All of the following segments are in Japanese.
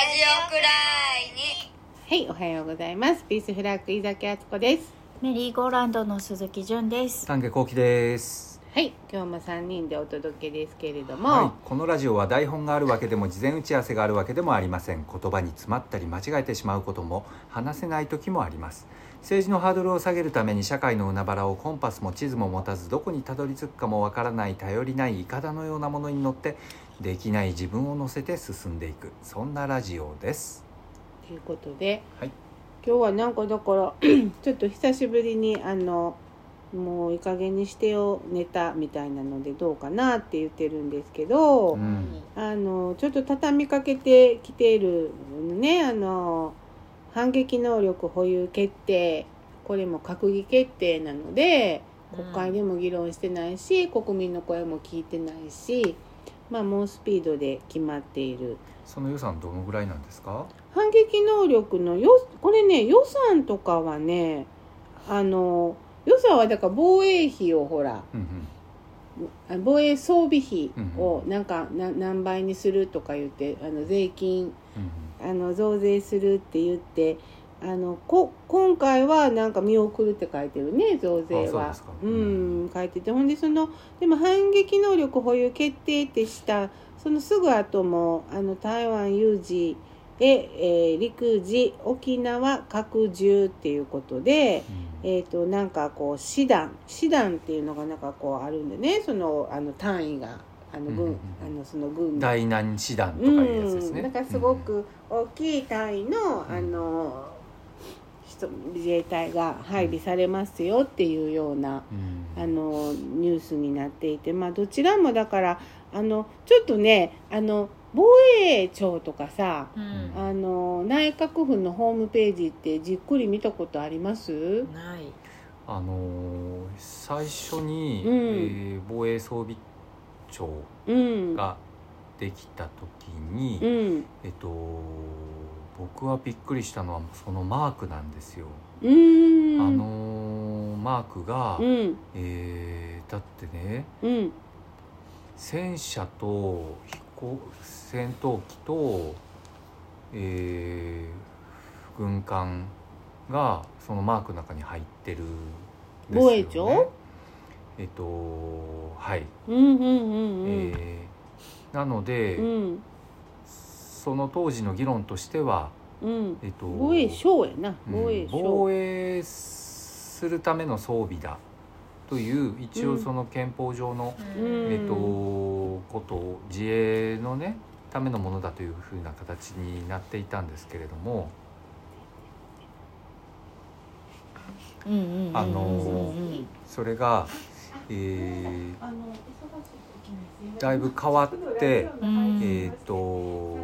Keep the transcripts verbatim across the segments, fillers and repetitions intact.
ジオくらいに。 はい、おはようございます。ピースフラッグ井崎敦子です。 メリーゴーランドの鈴木純です。 丹下幸喜です。 はい、今日もさんにんでお届けですけれども、 はい、このラジオは台本があるわけでも事前打ち合わせがあるわけでもありません。言葉に詰まったり間違えてしまうことも話せない時もあります。政治のハードルを下げるために社会の海原をコンパスも地図も持たずどこにたどり着くかもわからない頼りないイカダのようなものに乗ってできない自分を乗せて進んでいく、そんなラジオです。 ということで、 はい、 今日はなんかだからちょっと久しぶりにあのもういい加減にしてよネタみたいなのでどうかなって言ってるんですけど、 うん、 あのちょっと畳みかけてきているね、あの反撃能力保有決定、これも閣議決定なので国会でも議論してないし、うん、国民の声も聞いてないし、まあ猛スピードで決まっている。 その予算どのぐらいなんですか？ 反撃能力のよこれね、予算とかはね、あの予算はだから防衛費をほら、うんうん、防衛装備費をなんか何倍にするとか言って、あの税金、うんうん、あの増税するって言って、あのこ今回はなんか見送るって書いてるね、増税は。う、うん、書いてて、ほんでそのでも反撃能力保有決定ってしたそのすぐ後もあの台湾有事で、えー、陸自沖縄拡充っていうことで、うん、えっ、ー、となんかこう師団師団っていうのがなんかこうあるんでね、そのあの単位があの軍、うんうん、あのその軍第何師団とかいうやつですね。 うん、だからすごく大きい単位の、うん、あの自衛隊が配備されますよっていうような、うん、あのニュースになっていて、まあどちらもだからあのちょっとね、あの防衛庁とかさ、うん、あの内閣府のホームページってじっくり見たことあります？ ない。 あのー、最初に、うん、えー、防衛装備庁ができた時に、うん、えっと僕はびっくりしたのはそのマークなんですよ。うーん、あのー、マークが、うん、えー、だってね、うん、戦車と飛行戦闘機と、えー、軍艦がそのマークの中に入ってるんですよね。 防衛庁？ えっとはい、 うんうんうんうん、 えー、なので、うん、その当時の議論としては、 うんえっと、防衛省やな、防衛省、 うん、防衛するための装備だという一応その憲法上の、うん、えっと、ことを自衛のねためのものだというふうな形になっていたんですけれども、あのそれが、えー、だいぶ変わって、うん、えっと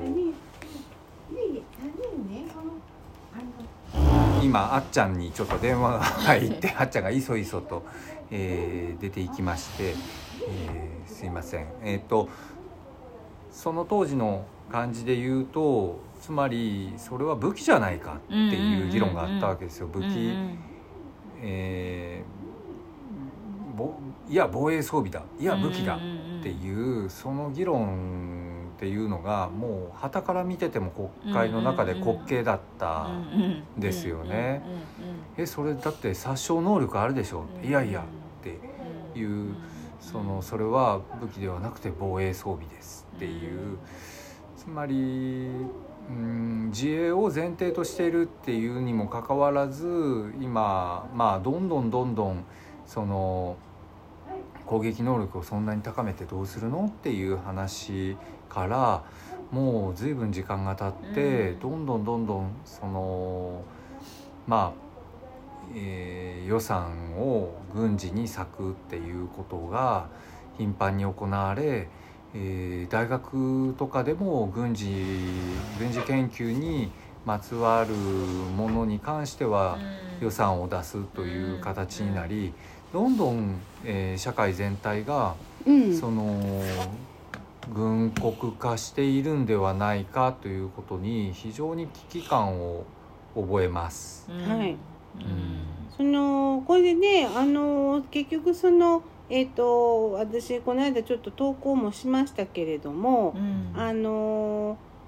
今あっちゃんにちょっと電話が入ってあっちゃんがいそいそと、えー、出ていきまして、えー、すいません、えーとその当時の感じで言うと、つまりそれは武器じゃないかっていう議論があったわけですよ。武器、えー、ぼいや防衛装備だ、いや武器だっていうその議論っていうのがもう傍から見てても国会の中で滑稽だったんですよね。えそれだって殺傷能力あるでしょ、いやいやっていう、そのそれは武器ではなくて防衛装備ですっていう、つまりうん自衛を前提としているっていうにもかかわらず、今まあどんどんどんどんその攻撃能力をそんなに高めてどうするのっていう話からもう随分時間が経って、どんどんどんどんそのまあえー、予算を軍事に割くっていうことが頻繁に行われ、えー、大学とかでも軍事軍事研究にまつわるものに関しては予算を出すという形になり、どんどん、えー、社会全体が、うん、その軍国化しているんではないかということに非常に危機感を覚えます。 はい、うん、そのこれでね、あの結局そのえーと私この間ちょっと投稿もしましたけれども、うん、あの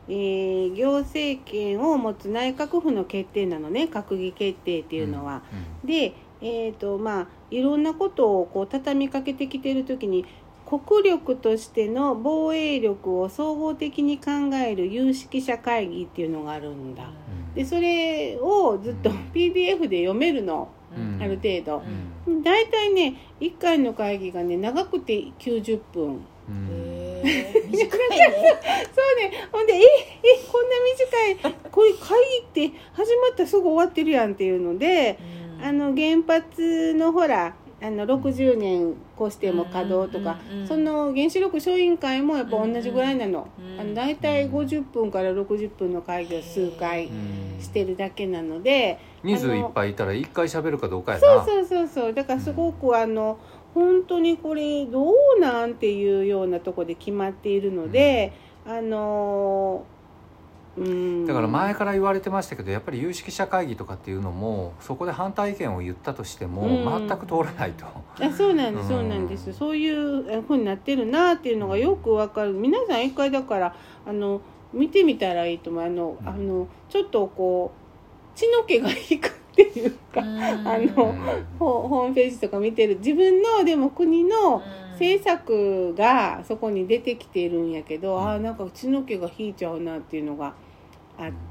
えー、行政権を持つ内閣府の決定なのね、閣議決定っていうのは、うんうん、で、えーとまあ、いろんなことをこう畳みかけてきているときに国力としての防衛力を総合的に考える有識者会議っていうのがあるんだ、うん、でそれをずっと ピーディーエフ で読めるの、うん、ある程度、うん、だいたいねいっかいの会議がね長くてきゅうじゅっぷん、うんへー短いねそうね、ほんでええこんな短いこういう会議って始まったらすぐ終わってるやんっていうので、うん、あの原発のほらあのろくじゅうねん越しても稼働とか、うんうん、その原子力小委員会もやっぱ同じぐらいなの、うんうん、あのだいたいごじゅっぷんからろくじゅっぷんの会議を数回してるだけなので、 人数いっぱいいたらいっかい喋るかどうかやな。 そうそうそうそう、だからすごくあの本当にこれどうなんていうようなとこで決まっているので、うん、あのうん、 だから前から言われてましたけど、やっぱり有識者会議とかっていうのもそこで反対意見を言ったとしても全く通らないと、 うん、あそうなんです、そうなんです、そういう風になってるなっていうのがよくわかる。皆さん一回だからあの見てみたらいいと思う。あの、うん、あのちょっとこう血の気が引くっていうか、うん、あのホームページとか見てる自分のでも国の政策がそこに出てきているんやけど、うん、あなんか血の気が引いちゃうなっていうのがあって、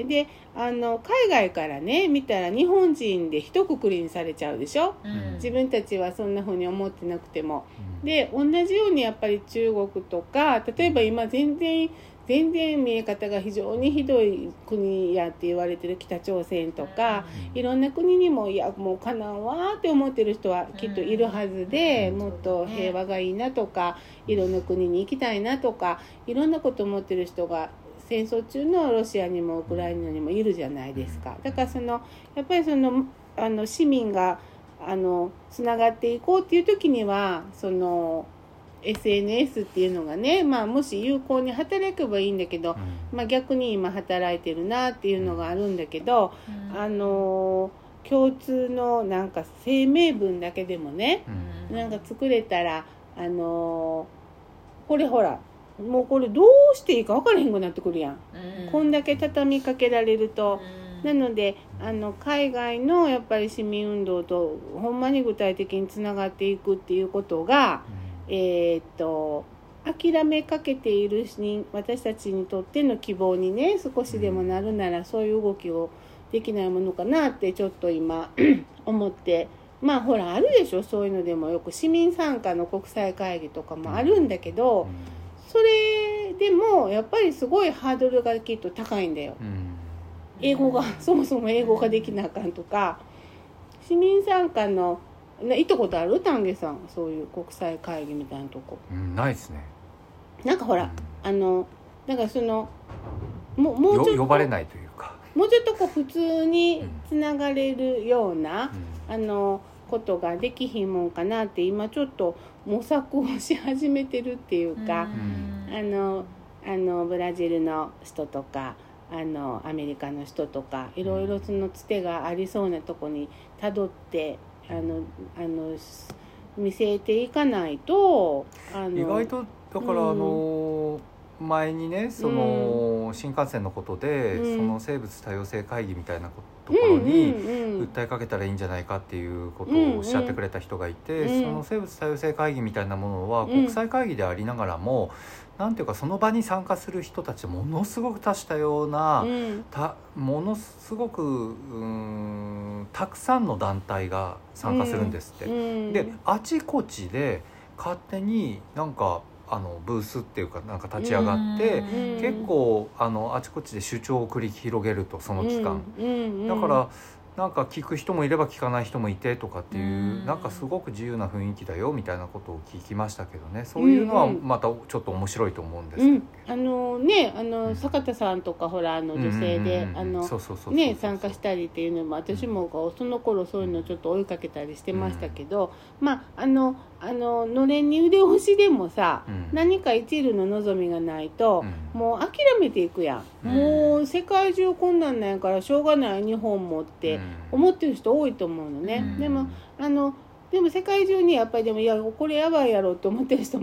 であの海外からね見たら日本人で一括りにされちゃうでしょ、うん、自分たちはそんな風に思ってなくても、うん、で同じようにやっぱり中国とか例えば今全然全然見え方が非常にひどい国やって言われてる北朝鮮とか、うん、いろんな国にもいやもうかなんわって思ってる人はきっといるはずで、うん、もっと平和がいいなとかいろんな国に行きたいなとかいろんなこと思ってる人が戦争中のロシアにもウクライナにもいるじゃないですか。だからそのやっぱりそのあの市民があのつながっていこうっていう時にはそのエスエヌエス っていうのがね、まあ、もし有効に働けばいいんだけど、うんまあ、逆に今働いてるなっていうのがあるんだけど、うん、あの共通のなんか声明文だけでもね、うん、なんか作れたらあのこれほらもうこれどうしていいか分からへんくなってくるやん、うん、こんだけ畳みかけられると、うん、なのであの海外のやっぱり市民運動とほんまに具体的につながっていくっていうことが、うん、えー、っと諦めかけている人私たちにとっての希望にね少しでもなるならそういう動きをできないものかなってちょっと今思ってまあほらあるでしょそういうのでもよく市民参加の国際会議とかもあるんだけど、うんそれでもやっぱりすごいハードルがきっと高いんだよ、うん、英語がそもそも英語ができなあかんとか市民参加の行ったことある丹下さんそういう国際会議みたいなとこ、 うん、ないですね。 なんかほら、うん、あのなんかそのも, もうちょっと呼ばれないというかもうちょっとこう普通につながれるような、うん、あのことができひんもんかなって今ちょっと模索をし始めてるっていうか、うん、あのあのブラジルの人とかあのアメリカの人とかいろいろそのつてがありそうなとこにたどってあのあの見せていかないとあの意外とだから、うん、あの前にねその、うん、新幹線のことで、うん、その生物多様性会議みたいなところに訴えかけたらいいんじゃないかっていうことをおっしゃってくれた人がいて、うんうん、その生物多様性会議みたいなものは国際会議でありながらも、うん、なんていうかその場に参加する人たちものすごく多種多様な、うん、たものすごくうーんたくさんの団体が参加するんですって、うんうん、であちこちで勝手になんかあのブースっていうかなんか立ち上がって結構あのあちこちで主張を繰り広げるとその期間だからなんか聞く人もいれば聞かない人もいてとかっていうなんかすごく自由な雰囲気だよみたいなことを聞きましたけどねそういうのはまたちょっと面白いと思うんですけど、うん、 あのねあの坂田さんとかほらあの女性でね参加したりっていうのも私もその頃そういうのちょっと追いかけたりしてましたけど、うん、まああのあののれんに腕押しでもさ、うん、何か一縷の望みがないと、うん、もう諦めていくやん、うん、もう世界中こんなんなんやからしょうがない日本もって思ってる人多いと思うのね、うん、でもあのでも世界中にやっぱりでもいやこれやばいやろって思ってる人も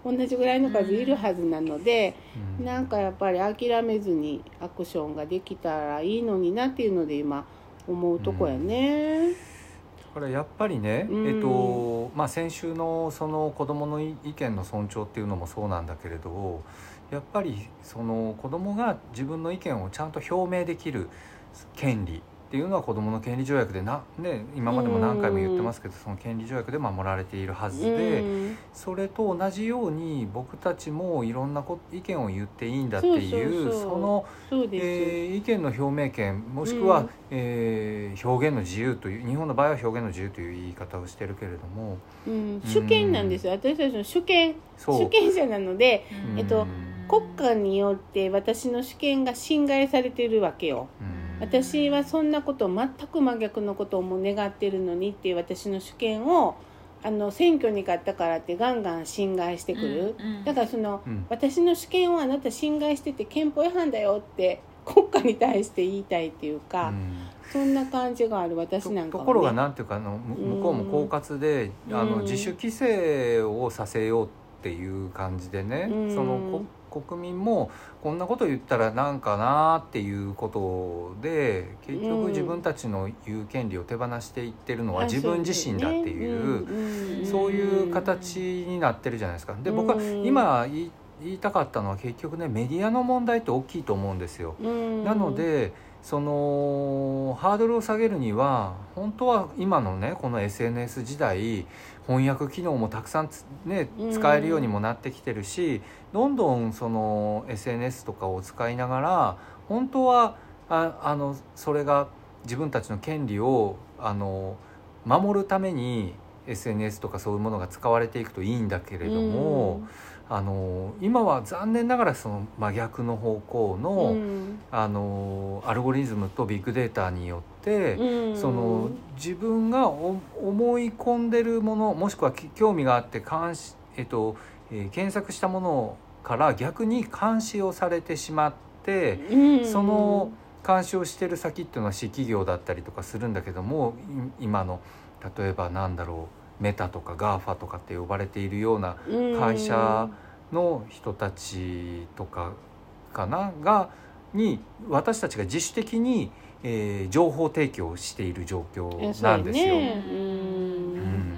同じぐらいの数いるはずなので、 うん、 なんかやっぱり諦めずにアクションができたらいいのになっていうので今思うとこやね。 これやっぱりね、 うんえっとまあ、先週のその子どもの意見の尊重っていうのもそうなんだけれど、やっぱりその子どもが自分の意見をちゃんと表明できる権利っていうのは子どもの権利条約でな、ね、今までも何回も言ってますけど、その権利条約で守られているはずで、それと同じように僕たちもいろんなこ意見を言っていいんだっていうそのえー、意見の表明権もしくは、うんえー、表現の自由という、日本の場合は表現の自由という言い方をしてるけれども、 うん、主権なんですよ。私たちの主権主権者なので、えっと、国家によって私の主権が侵害されてるわけよ。私はそんなこと全く真逆のことをも願ってるのにっていう私の主権をあの選挙に勝ったからってガンガン侵害してくる、うんうん、だからその、うん、私の主権をあなた侵害してて憲法違反だよって国家に対して言いたいっていうか、うん、そんな感じがある私なんかは、ね、 ところがなんていうかあの向こうも狡猾で、うん、あの自主規制をさせようっていう感じでね、うん、その国民もこんなこと言ったらなんかなっていうことで結局自分たちの言う権利を手放していってるのは自分自身だっていう、そういう形になってるじゃないですか。で僕は今言い言いたかったのは結局ね、メディアの問題って大きいと思うんですよ。なのでそのハードルを下げるには本当は今のねこの エスエヌエス 時代翻訳機能もたくさん、ね、使えるようにもなってきてるし、どんどんその エスエヌエス とかを使いながら本当はああのそれが自分たちの権利をあの守るために エスエヌエス とかそういうものが使われていくといいんだけれども、あの今は残念ながらその真逆の方向の、うん、あのアルゴリズムとビッグデータによって、うん、その自分が思い込んでるものもしくは興味があって監視、えっとえー、検索したものから逆に監視をされてしまって、うん、その監視をしてる先っていうのは私企業だったりとかするんだけども、今の例えばなんだろうメタとかガーファとかって呼ばれているような会社の人たちとかかながに私たちが自主的に、えー、情報提供をしている状況なんですよ、ねうん、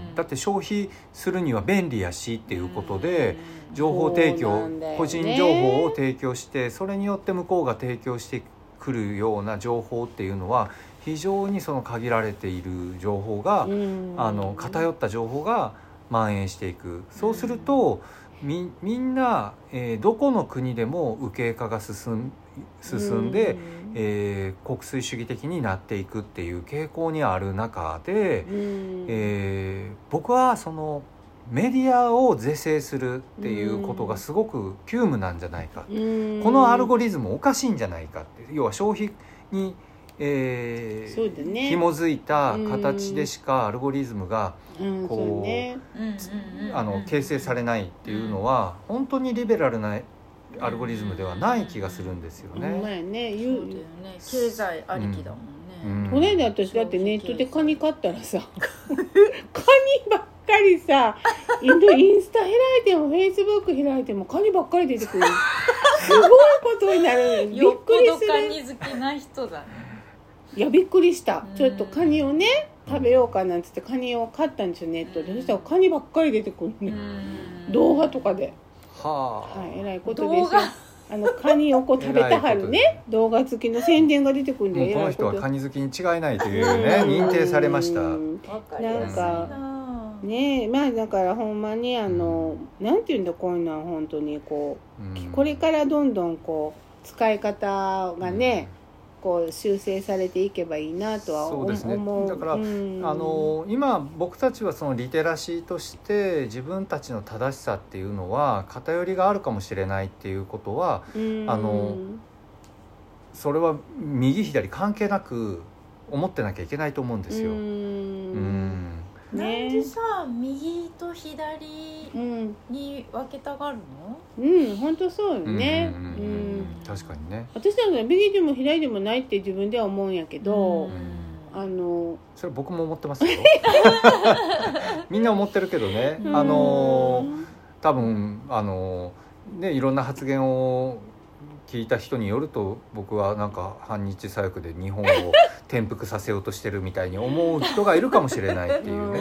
だって消費するには便利やしっていうことで情報提供、ね、個人情報を提供してそれによって向こうが提供してくるような情報っていうのは非常にその限られている情報が、うん、あの偏った情報が蔓延していく。そうすると み, みんな、えー、どこの国でも右傾化が進ん、進んで、うんえー、国粋主義的になっていくっていう傾向にある中で、うんえー、僕はそのメディアを是正するっていうことがすごく急務なんじゃないか、うん、このアルゴリズムおかしいんじゃないかって、要は消費にえーね、紐づいた形でしかアルゴリズムがこうあの形成されないっていうのは本当にリベラルなアルゴリズムではない気がするんですよね。 そうだよね、経済ありきだもんね。 これで私だってネットでカニ買ったらさカニばっかりさインスタ開いてもフェイスブック開いてもカニばっかり出てくるすごいことになる。びっくりする。 カニ好きな人だね。 いやびっくりした。ちょっとカニをね食べようかなんつってカニを買ったんですよネットで。そしたらカニばっかり出てくるね、動画とかで。はあ、はい、えらいことですよ。あのカニをこう食べたはるね動画付きの宣伝が出てくるんで、 この人はカニ好きに違いないというね認定されました。なんかねえ、まあだからほんまにあの、うん、なんていうんだこういうのは本当にこう、うん、これからどんどんこう使い方がね、うんこう修正されていけばいいなとは思う。そうですね。 だから、うん、あの今僕たちはそのリテラシーとして自分たちの正しさっていうのは偏りがあるかもしれないっていうことは、うん、あのそれは右左関係なく思ってなきゃいけないと思うんですよ。うん、うんなんでさ右と左に分けたがるの？ うん、本当そうよね。うん、うんうん、確かにね。 私なんか右でも左でもないって自分では思うんやけど、うん、あのそれ僕も思ってますよ。みんな思ってるけどね。あの多分あの、ね、いろんな発言を聞いた人によると僕はなんか反日左翼で日本を転覆させようとしてるみたいに思う人がいるかもしれないっていうね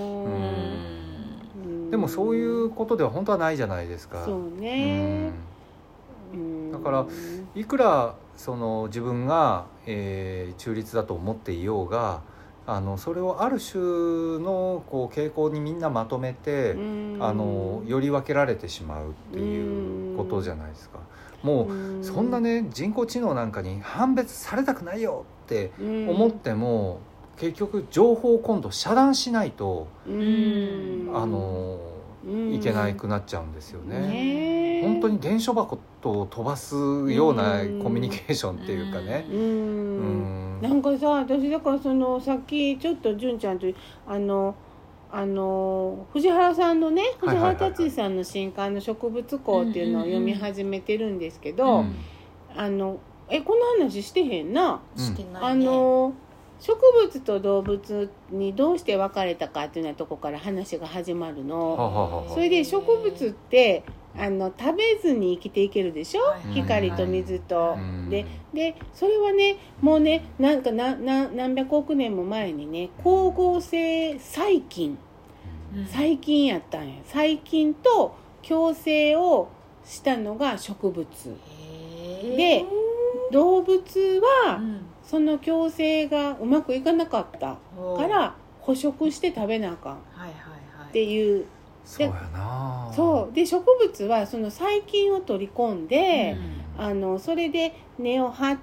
うんでもそういうことでは本当はないじゃないですか。 そうね、 うん、だからいくらその自分が、えー、中立だと思っていようがあのそれをある種のこう傾向にみんなまとめてあのより分けられてしまうっていうことじゃないですか。もうそんなね人工知能なんかに判別されたくないよって思っても結局情報を今度遮断しないとあのいけなくなっちゃうんですよね。本当に伝書箱と飛ばすようなコミュニケーションっていうかね。 うんうんなんかさ私だからそのさっきちょっと純ちゃんとあのあの藤原さんのね藤原達さんの新刊の植物講っていうのを読み始めてるんですけど、うんうん、あのえこの話してへんな、 してないね、 あの植物と動物にどうして分かれたかっていうようなとこから話が始まるの。それで植物ってあの食べずに生きていけるでしょ、はい、光と水と、はい、で, でそれはねもうねなんかなな何百億年も前にね光合成細菌細菌やったんや。細菌と共生をしたのが植物で動物はその共生がうまくいかなかったから捕食して食べなあかんっていう。 そうやな。 そうで植物はその細菌を取り込んで、うん、あのそれで根を張って、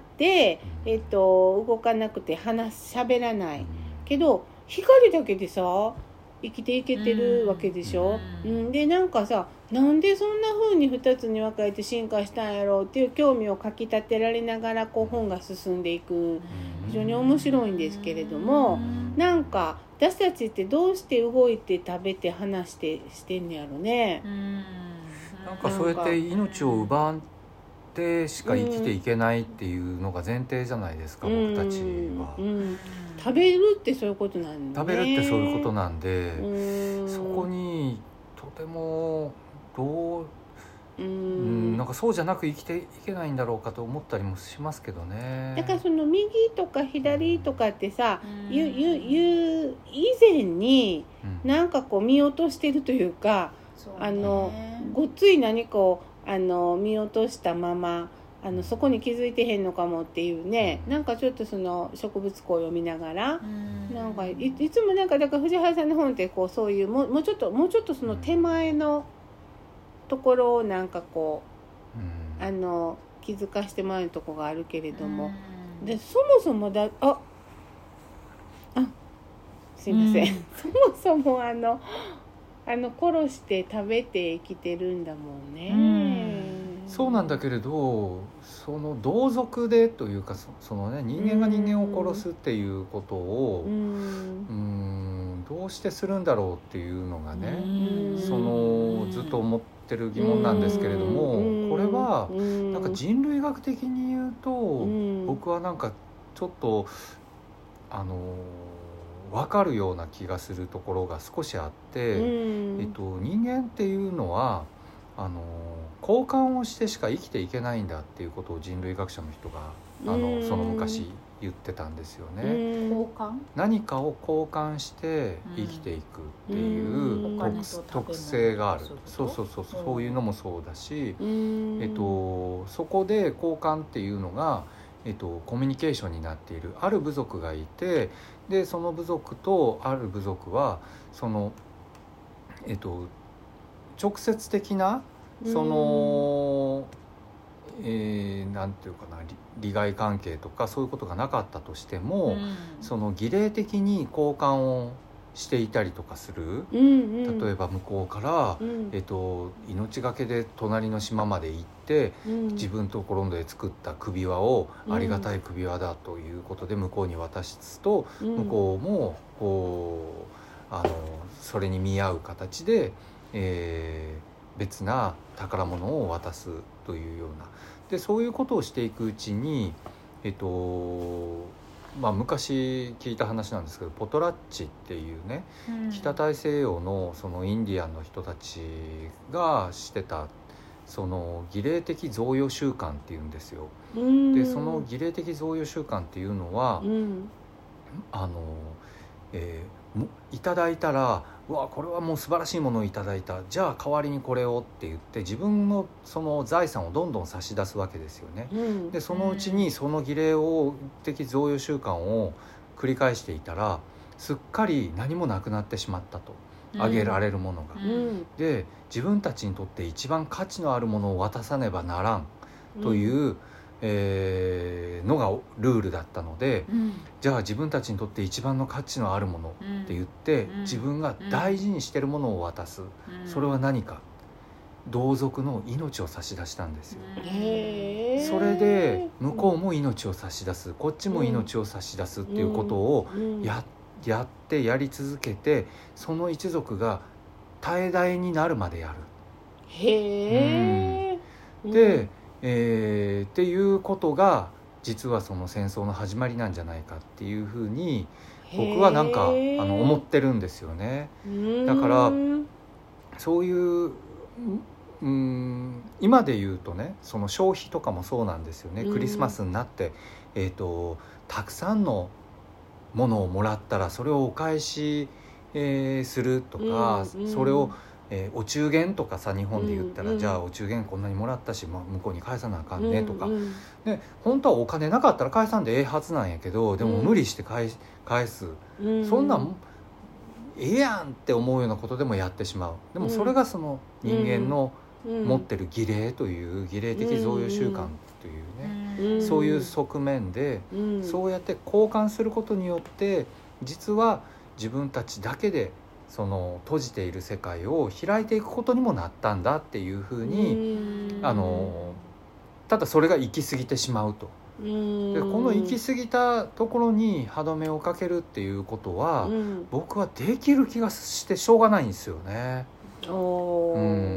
えっと、動かなくて話しゃべらない、うん、けど光だけでさ生きていけてるわけでしょ、うんうん、でなんかさなんでそんな風にふたつに分かれて進化したんやろうっていう興味をかきたてられながらこう本が進んでいく非常に面白いんですけれども、なんか私たちってどうして動いて食べて話してしてんのやろね。 なんかそうやって命を奪ってしか生きていけないっていうのが前提じゃないですか、うん、僕たちは、 うんうん、食べるってそういうことなんで、ね、食べるってそういうことなんで、うん、そこにとてもどううん、なんかそうじゃなく生きていけないんだろうかと思ったりもしますけどね。 だからその右とか左とかってさ、うん、言う言う言う以前になんかこう見落としてるというか、うん、あのごっつい何かをあの見落としたままあのそこに気づいてへんのかもっていうね、なんかちょっとその植物講を読みながら、うん、なんか い, いつもなんかだから藤原さんの本ってこうそういうもう、もうちょっともうちょっとその手前のところをなんかこう、うん、あの気づかしてもらうとこがあるけれども、うん、でそもそもだああすいません、うん、そもそもあのあの殺して食べて生きてるんだもんね、 うん、そうなんだけれどその同族でというか そ, その、ね、人間が人間を殺すっていうことを、うん、うんどうしてするんだろうっていうのがね、うん、そのずっと思ってる疑問なんですけれども、うん、これはなんか人類学的に言うと、うん、僕はなんかちょっとあの分かるような気がするところが少しあって、うんえっと、人間っていうのはあの交換をしてしか生きていけないんだっていうことを人類学者の人があのその昔言ってたんですよね。 交換？ 何かを交換して生きていくっていう特性がある。そうそうそうそう、そういうのもそうだし、えっと、そこで交換っていうのがえっと、コミュニケーションになっているある部族がいて、でその部族とある部族はその、えっと、直接的なその、えー、なんていうかな利害関係とかそういうことがなかったとしても、その儀礼的に交換をしていたりとかする、うんうん、例えば向こうから、うんえっと、命がけで隣の島まで行って、うん、自分ところで作った首輪を、うん、ありがたい首輪だということで向こうに渡すと、うん、向こうもこうあのそれに見合う形で、えー、別な宝物を渡すというようなでそういうことをしていくうちに、えっとまあ、昔聞いた話なんですけど、ポトラッチっていうね、 うん、 北大西洋のそのインディアンの人たちがしてたその儀礼的贈与習慣っていうんですよ。でその儀礼的贈与習慣っていうのは、うん、あの、えー、いただいたら、うわこれはもう素晴らしいものをいただいた、じゃあ代わりにこれをって言って自分のその財産をどんどん差し出すわけですよね、うん、でそのうちにその儀礼を的贈与習慣を繰り返していたら、すっかり何もなくなってしまったと、あげられるものが、うん、で自分たちにとって一番価値のあるものを渡さねばならんという、うんえー、のがルールだったので、うん、じゃあ自分たちにとって一番の価値のあるものって言って、うん、自分が大事にしてるものを渡す、うん、それは何か、同族の命を差し出したんですよ。へー。それで向こうも命を差し出す、こっちも命を差し出すっていうことをや、やってやり続けて、その一族が絶え絶えになるまでやる。へー、うん、で、うんえー、っていうことが実はその戦争の始まりなんじゃないかっていうふうに僕はなんかあの思ってるんですよね。だからそういう、うん、今で言うとね、その消費とかもそうなんですよね。クリスマスになって、えーと、たくさんのものをもらったらそれをお返し、えー、するとか、うんうん、それをえー、お中元とかさ、日本で言ったら、うんうん、じゃあお中元こんなにもらったし、まあ、向こうに返さなあかんねとか、うんうん、で本当はお金なかったら返さんでええはずなんやけど、でも無理して返し、返す、うんうん、そんなんええやんって思うようなことでもやってしまう。でもそれがその人間の持ってる儀礼という儀礼的贈与習慣というね、うんうん、そういう側面で、うん、そうやって交換することによって実は自分たちだけでその閉じている世界を開いていくことにもなったんだっていうふうに、あのただそれが行き過ぎてしまうと。でこの行き過ぎたところに歯止めをかけるっていうことは、うん、僕はできる気がしてしょうがないんですよね。 お、うん、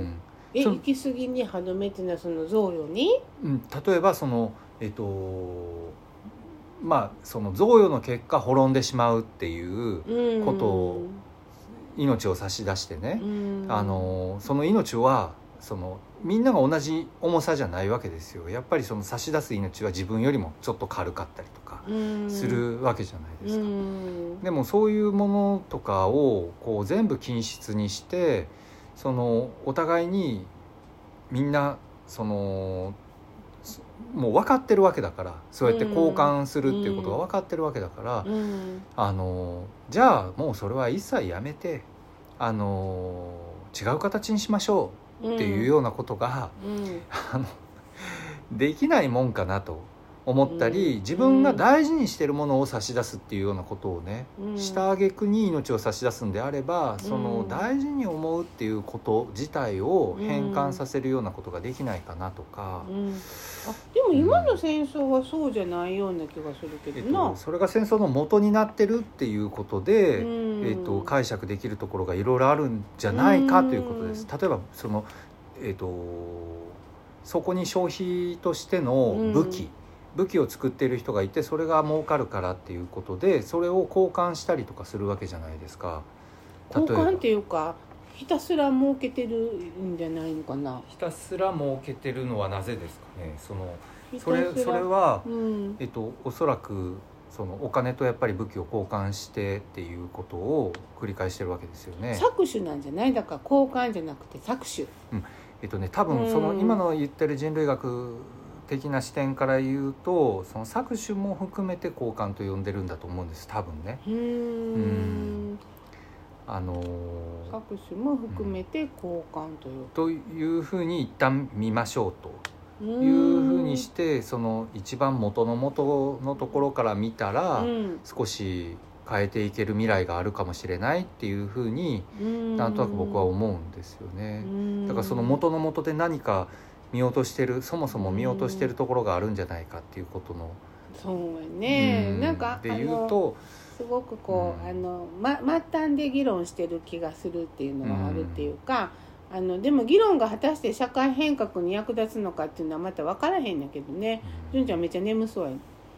え行き過ぎに歯止めっていうのはその贈与に、 うん、例えばそのえっとまあその贈与の結果滅んでしまうっていうことを、命を差し出してね、あのその命はそのみんなが同じ重さじゃないわけですよ。やっぱりその差し出す命は自分よりもちょっと軽かったりとかするわけじゃないですか。でもそういうものとかをこう全部均質にして、そのお互いにみんなそのもう分かってるわけだから、そうやって交換するっていうことが分かってるわけだから、うん、あのじゃあもうそれは一切やめて、あの違う形にしましょうっていうようなことが、うん、あのできないもんかなと思ったり、自分が大事にしてるものを差し出すっていうようなことをね、うん、した挙句に命を差し出すんであれば、その大事に思うっていうこと自体を変換させるようなことができないかなとか、うん、 あでも今の戦争はそうじゃないような気がするけどな、 えっと、それが戦争の元になってるっていうことで、うん、えっと、解釈できるところがいろいろあるんじゃないかということです。例えばその、えっと、そこに消費としての武器、うん武器を作っている人がいて、それが儲かるからっていうことでそれを交換したりとかするわけじゃないですか。 交換っていうかひたすら儲けてるんじゃないのかな。 ひたすら儲けてるのはなぜですかね。そのそれそれは、うんえっと、おそらくそのお金とやっぱり武器を交換してっていうことを繰り返してるわけですよね。 搾取なんじゃない。だから交換じゃなくて搾取、 うんえっとね、多分その今の言ってる人類学的な視点から言うと、その搾取も含めて交換と呼んでるんだと思うんです多分ね。うーんうんあの搾取も含めて交換という、 うん、というふうに一旦見ましょうというふうにして、その一番元の元のところから見たら、うん、少し変えていける未来があるかもしれないっていうふうになんとなく僕は思うんですよね。だからその元の元で何か見落としてる、そもそも見落としてるところがあるんじゃないかっていうことの、 そうね、うん、なんかで言うとすごくこう、うん、あの、ま、末端で議論してる気がするっていうのがあるっていうか、うん、あのでも議論が果たして社会変革に役立つのかっていうのはまた分からへんだけどね。純、うん、ちゃんめっちゃ眠そうや、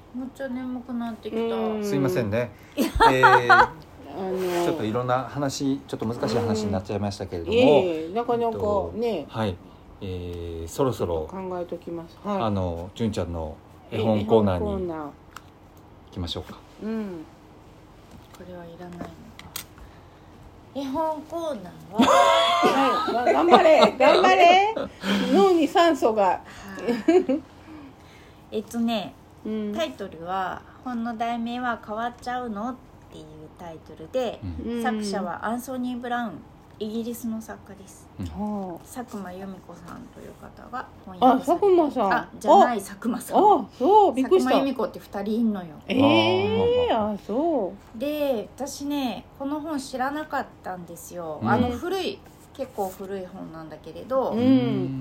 めっちゃ眠くなってきた。 すいませんね、えー、 あのちょっといろんな話ちょっと難しい話になっちゃいましたけれども、 ええなかなかね、 はい、えー、そろそろ考えときます、はい、 あの純ちゃんの絵本コーナーに絵本コーナー行きましょうか。 うん、 これはいらないのか。絵本コーナーははい、頑張れ頑張れ脳に酸素がえっとね、 うん、 タイトルは本の題名は変わっちゃうのっていうタイトルで、 うん、 作者はアンソニー・ブラウン、イギリスの作家です、 うん、 佐久間由美子さんという方が翻あ、 訳されて、 佐久間さん、 あ、じゃない佐久間さん、 あ、そう、びっくりした。 佐久間由美子ってふたりいんのよ。 えー、あ、そうで、私ねこの本知らなかったんですよ、うん、あの古い結構古い本なんだけれど、うん、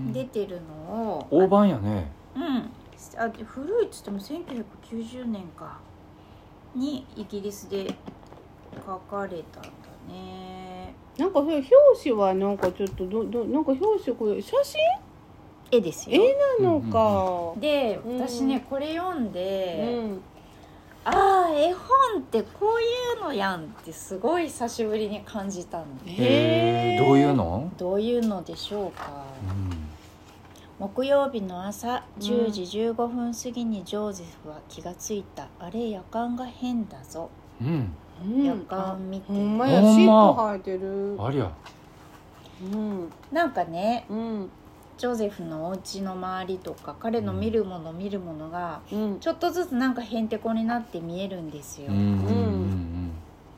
出てるのを大判やね。 うん、あ、古いっつってもせんきゅうひゃくきゅうじゅうねんかにイギリスで書かれたんだね。 なんかそれ表紙はなんかちょっとどどなんか表紙これ写真絵ですよ。 絵なのか。 で、 うん、 私ねこれ読んで、 うん、 ああ絵本ってこういうのやんってすごい久しぶりに感じたの。 へえ、どういうの？ どういうのでしょうか。 うん、 木曜日の朝じゅうじじゅうごふん過ぎにジョーゼフは気がついた。あれ夜間が変だぞ。 うん、 夜間見て、 ほんまや、尻尾生えてる。 ありゃ、 うん、 なんかね、 うん、 ジョゼフのお家の周りとか彼の見るもの見るものが、 うん、 ちょっとずつなんかへんてこになって見えるんですよ、 うんうん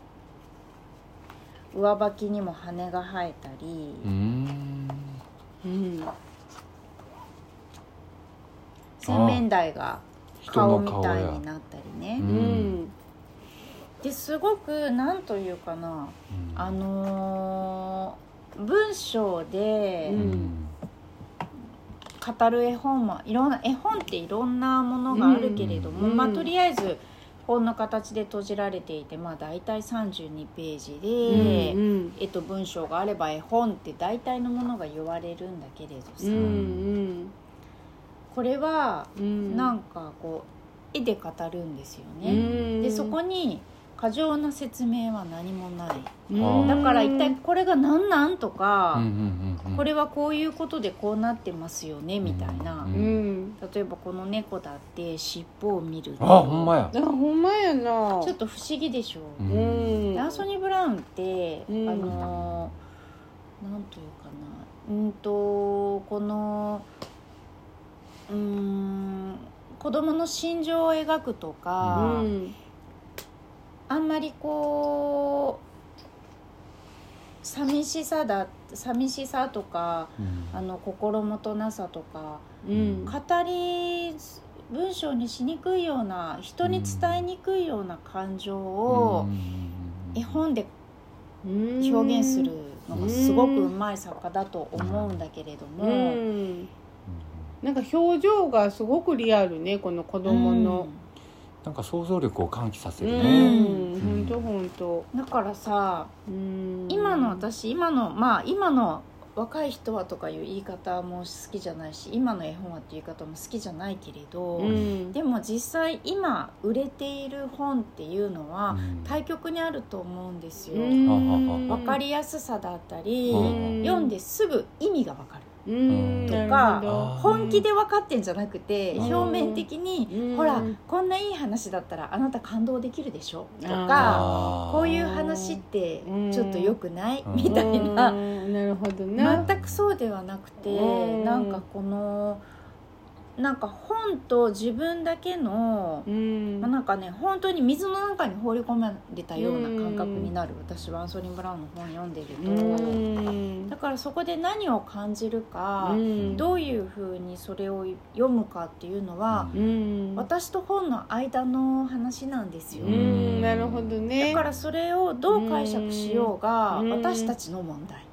うん、上履きにも羽が生えたり、 うんうん、 洗面台が顔みたいになったりね、 うん、 ですごくなんというかな、うん、あのー、文章で、うん語る絵本もいろんな絵本っていろんなものがあるけれども、うん、まあ、とりあえず本の形で閉じられていて、まあ、大体さんじゅうにページで、うんうん、えっと、文章があれば絵本って大体のものが言われるんだけれどさ、うんうん、これはなんかこう絵で語るんですよね、うん、でそこに過剰な説明は何もない、うん、だから一体これが何なんとか、うんうんうんうん、これはこういうことでこうなってますよねみたいな、うんうん、例えばこの猫だって尻尾を見る、 あ、ほんまや、 あ、ほんまやな、 ちょっと不思議でしょ、 うん、 アンソニー・ブラウンって、うん、あのなんというかな、うんとこのうーん子供の心情を描くとか、うん、あんまりこう寂しさだ寂しさとか、うん、あの心もとなさとか、うん、語り文章にしにくいような人に伝えにくいような感情を絵本で表現するのがすごくうまい作家だと思うんだけれども、うん、 なんか表情がすごくリアルね、この子供の、うん、 なんか想像力を喚起させるね、 うん、ほんとほんと。 だからさ、うん、今の私今のまあ今の若い人はとかいう言い方も好きじゃないし、今の絵本はっていう言い方も好きじゃないけれど、うん、でも実際今売れている本っていうのは対極にあると思うんですよ、うん、分かりやすさだったり、うん、読んですぐ意味が分かるとか、本気で分かってんじゃなくて表面的にほらこんないい話だったらあなた感動できるでしょとか、こういう話ってちょっと良くないみたいな、 なるほどね、 全くそうではなくて、なんかこのなんか本と自分だけの、まあ、なんかね本当に水の中に放り込まれたような感覚になる、私はアンソニー・ブラウンの本読んでると、だからそこで何を感じるか、どういうふうにそれを読むかっていうのは、私と本の間の話なんですよ、 なるほどね。 だからそれをどう解釈しようが私たちの問題、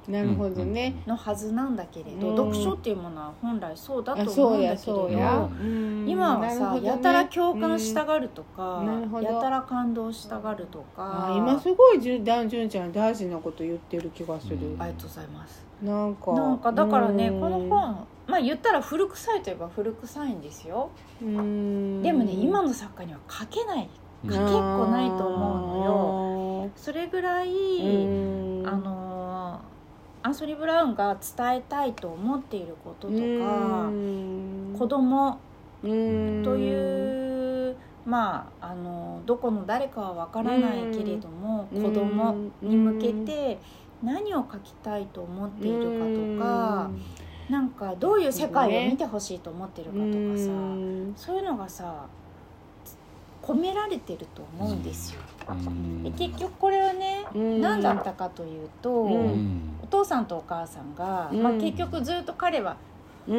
なるほどね、 のはずなんだけれど、 うん、 読書っていうものは本来そうだと思そうやうんだけれど、 そうや、うん、 今はさ、ね、やたら共感したがるとか、 うん、 やたら感動したがるとか、 あ今すごいじゅんちゃん大事なこと言ってる気がする、 うん、ありがとうございます。 なんかなんかだからね、この本まあ言ったら古臭いといえば古臭いんですよ。うんでもね、今の作家には書けない書けっこないと思うのよ。それぐらいあのアンソニー・ブラウンが伝えたいと思っていることとか、子供というまああのどこの誰かはわからないけれども、子供に向けて何を書きたいと思っているかとか、なんかどういう世界を見てほしいと思ってるかとかさ、そういうのがさ込められてると思うんですよ。で結局これはね、何だったかというと、お父さんとお母さんが、まあ、結局ずっと彼はうん、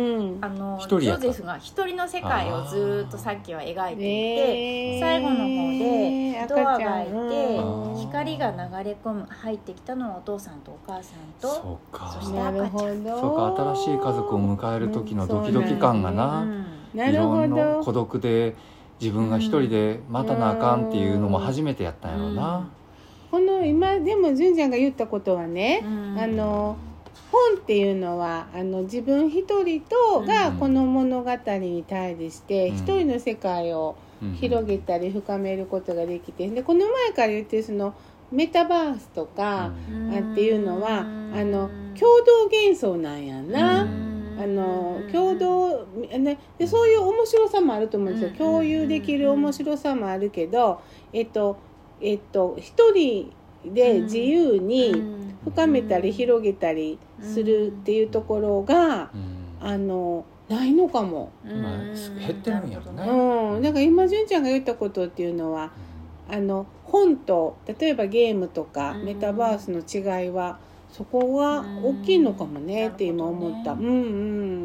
あのジョゼフが一人の世界をずっとさっきは描いていて、最後の方でドアが開いて光が流れ込む入ってきたのはお父さんとお母さんと、 そうか、 そして赤ちゃん、 そうか、新しい家族を迎える時のドキドキ感がな、 うん、いろんな孤独で自分が一人で待たなあかんっていうのも初めてやったんやろうな、うん、 この今でも純ちゃんが言ったことはね、うん、あの本っていうのはあの自分一人とがこの物語に対して一人の世界を広げたり深めることができて、でこの前から言ってるそのメタバースとかっていうのはあの共同幻想なんやな、あの共同、ね、でそういう面白さもあると思うんですよ。共有できる面白さもあるけど、えっとえっと一人で自由に深めたり広げたりするっていうところが、うん、あのないのかも、 まあ、減ってるんやろね、 うん、だから今純ちゃんが言ったことっていうのは、うん、あの本と例えばゲームとかメタバースの違いはそこが大きいのかもねって今思った、うんうん、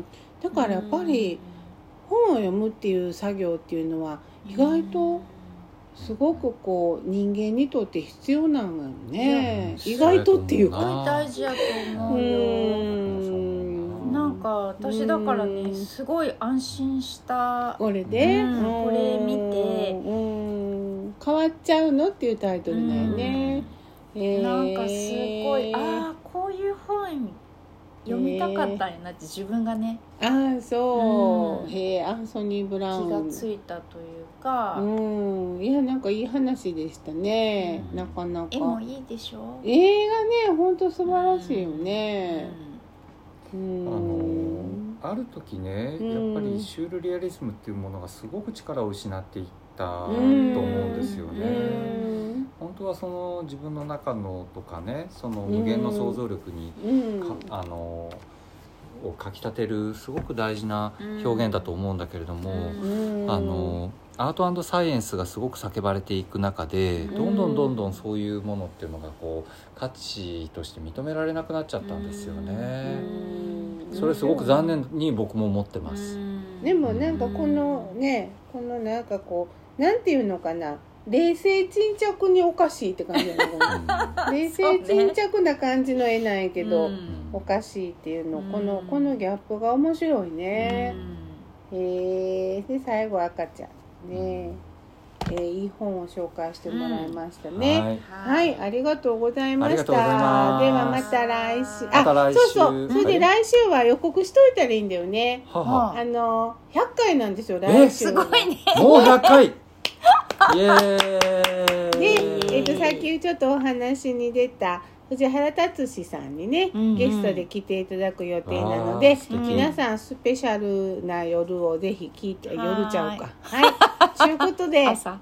だからやっぱり本を読むっていう作業っていうのは意外とすごくこう人間にとって必要なのよね。意外とっていうか大事やと思うよ。うんなんか私だからねすごい安心したこれで、 うん、これ見てうん変わっちゃうのっていうタイトルだよね、 うんえー、なんかすごいああこういう本読みたかったんやなって自分がね、 えー、ああそう、 うん、 へえアンソニー・ブラウン気がついたというか、 うん、いやなんかいい話でしたね、うん、なかなか絵もいいでしょ。 映画ね本当素晴らしいよね、うん、 うんあのある時ね、うん、やっぱりシュールリアリズムっていうものがすごく力を失っていったと思うんですよね、うん本当はその自分の中のとかねその無限の想像力に、うん、あのをかきたてるすごく大事な表現だと思うんだけれども、うん、あのアート&サイエンスがすごく叫ばれていく中でどんどんどんどんそういうものっていうのがこう価値として認められなくなっちゃったんですよね。それすごく残念に僕も思ってます。 でもなんかこのねこのなんかこうなんていうのかな冷静沈着におかしいって感じだね冷静沈着な感じの絵なんやけど、ね、おかしいっていうのこのこのギャップが面白いね。へえで最後赤ちゃんね、えー、いい本を紹介してもらいましたね、うん、はい、はい、ありがとうございました。ではまた来週あ、ま、そうそうそれで来週は予告しといたらいいんだよね、はい、あのひゃっかいなんですよ来週。 すごいねもうひゃっかいイエーイで、えー、とさっきちょっとお話に出た藤原達史さんにね、うんうん、ゲストで来ていただく予定なので、うん、皆さんスペシャルな夜をぜひ聞いて夜ちゃうかはいということでさ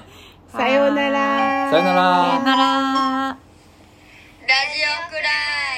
ようならさようならさようならラジオくらい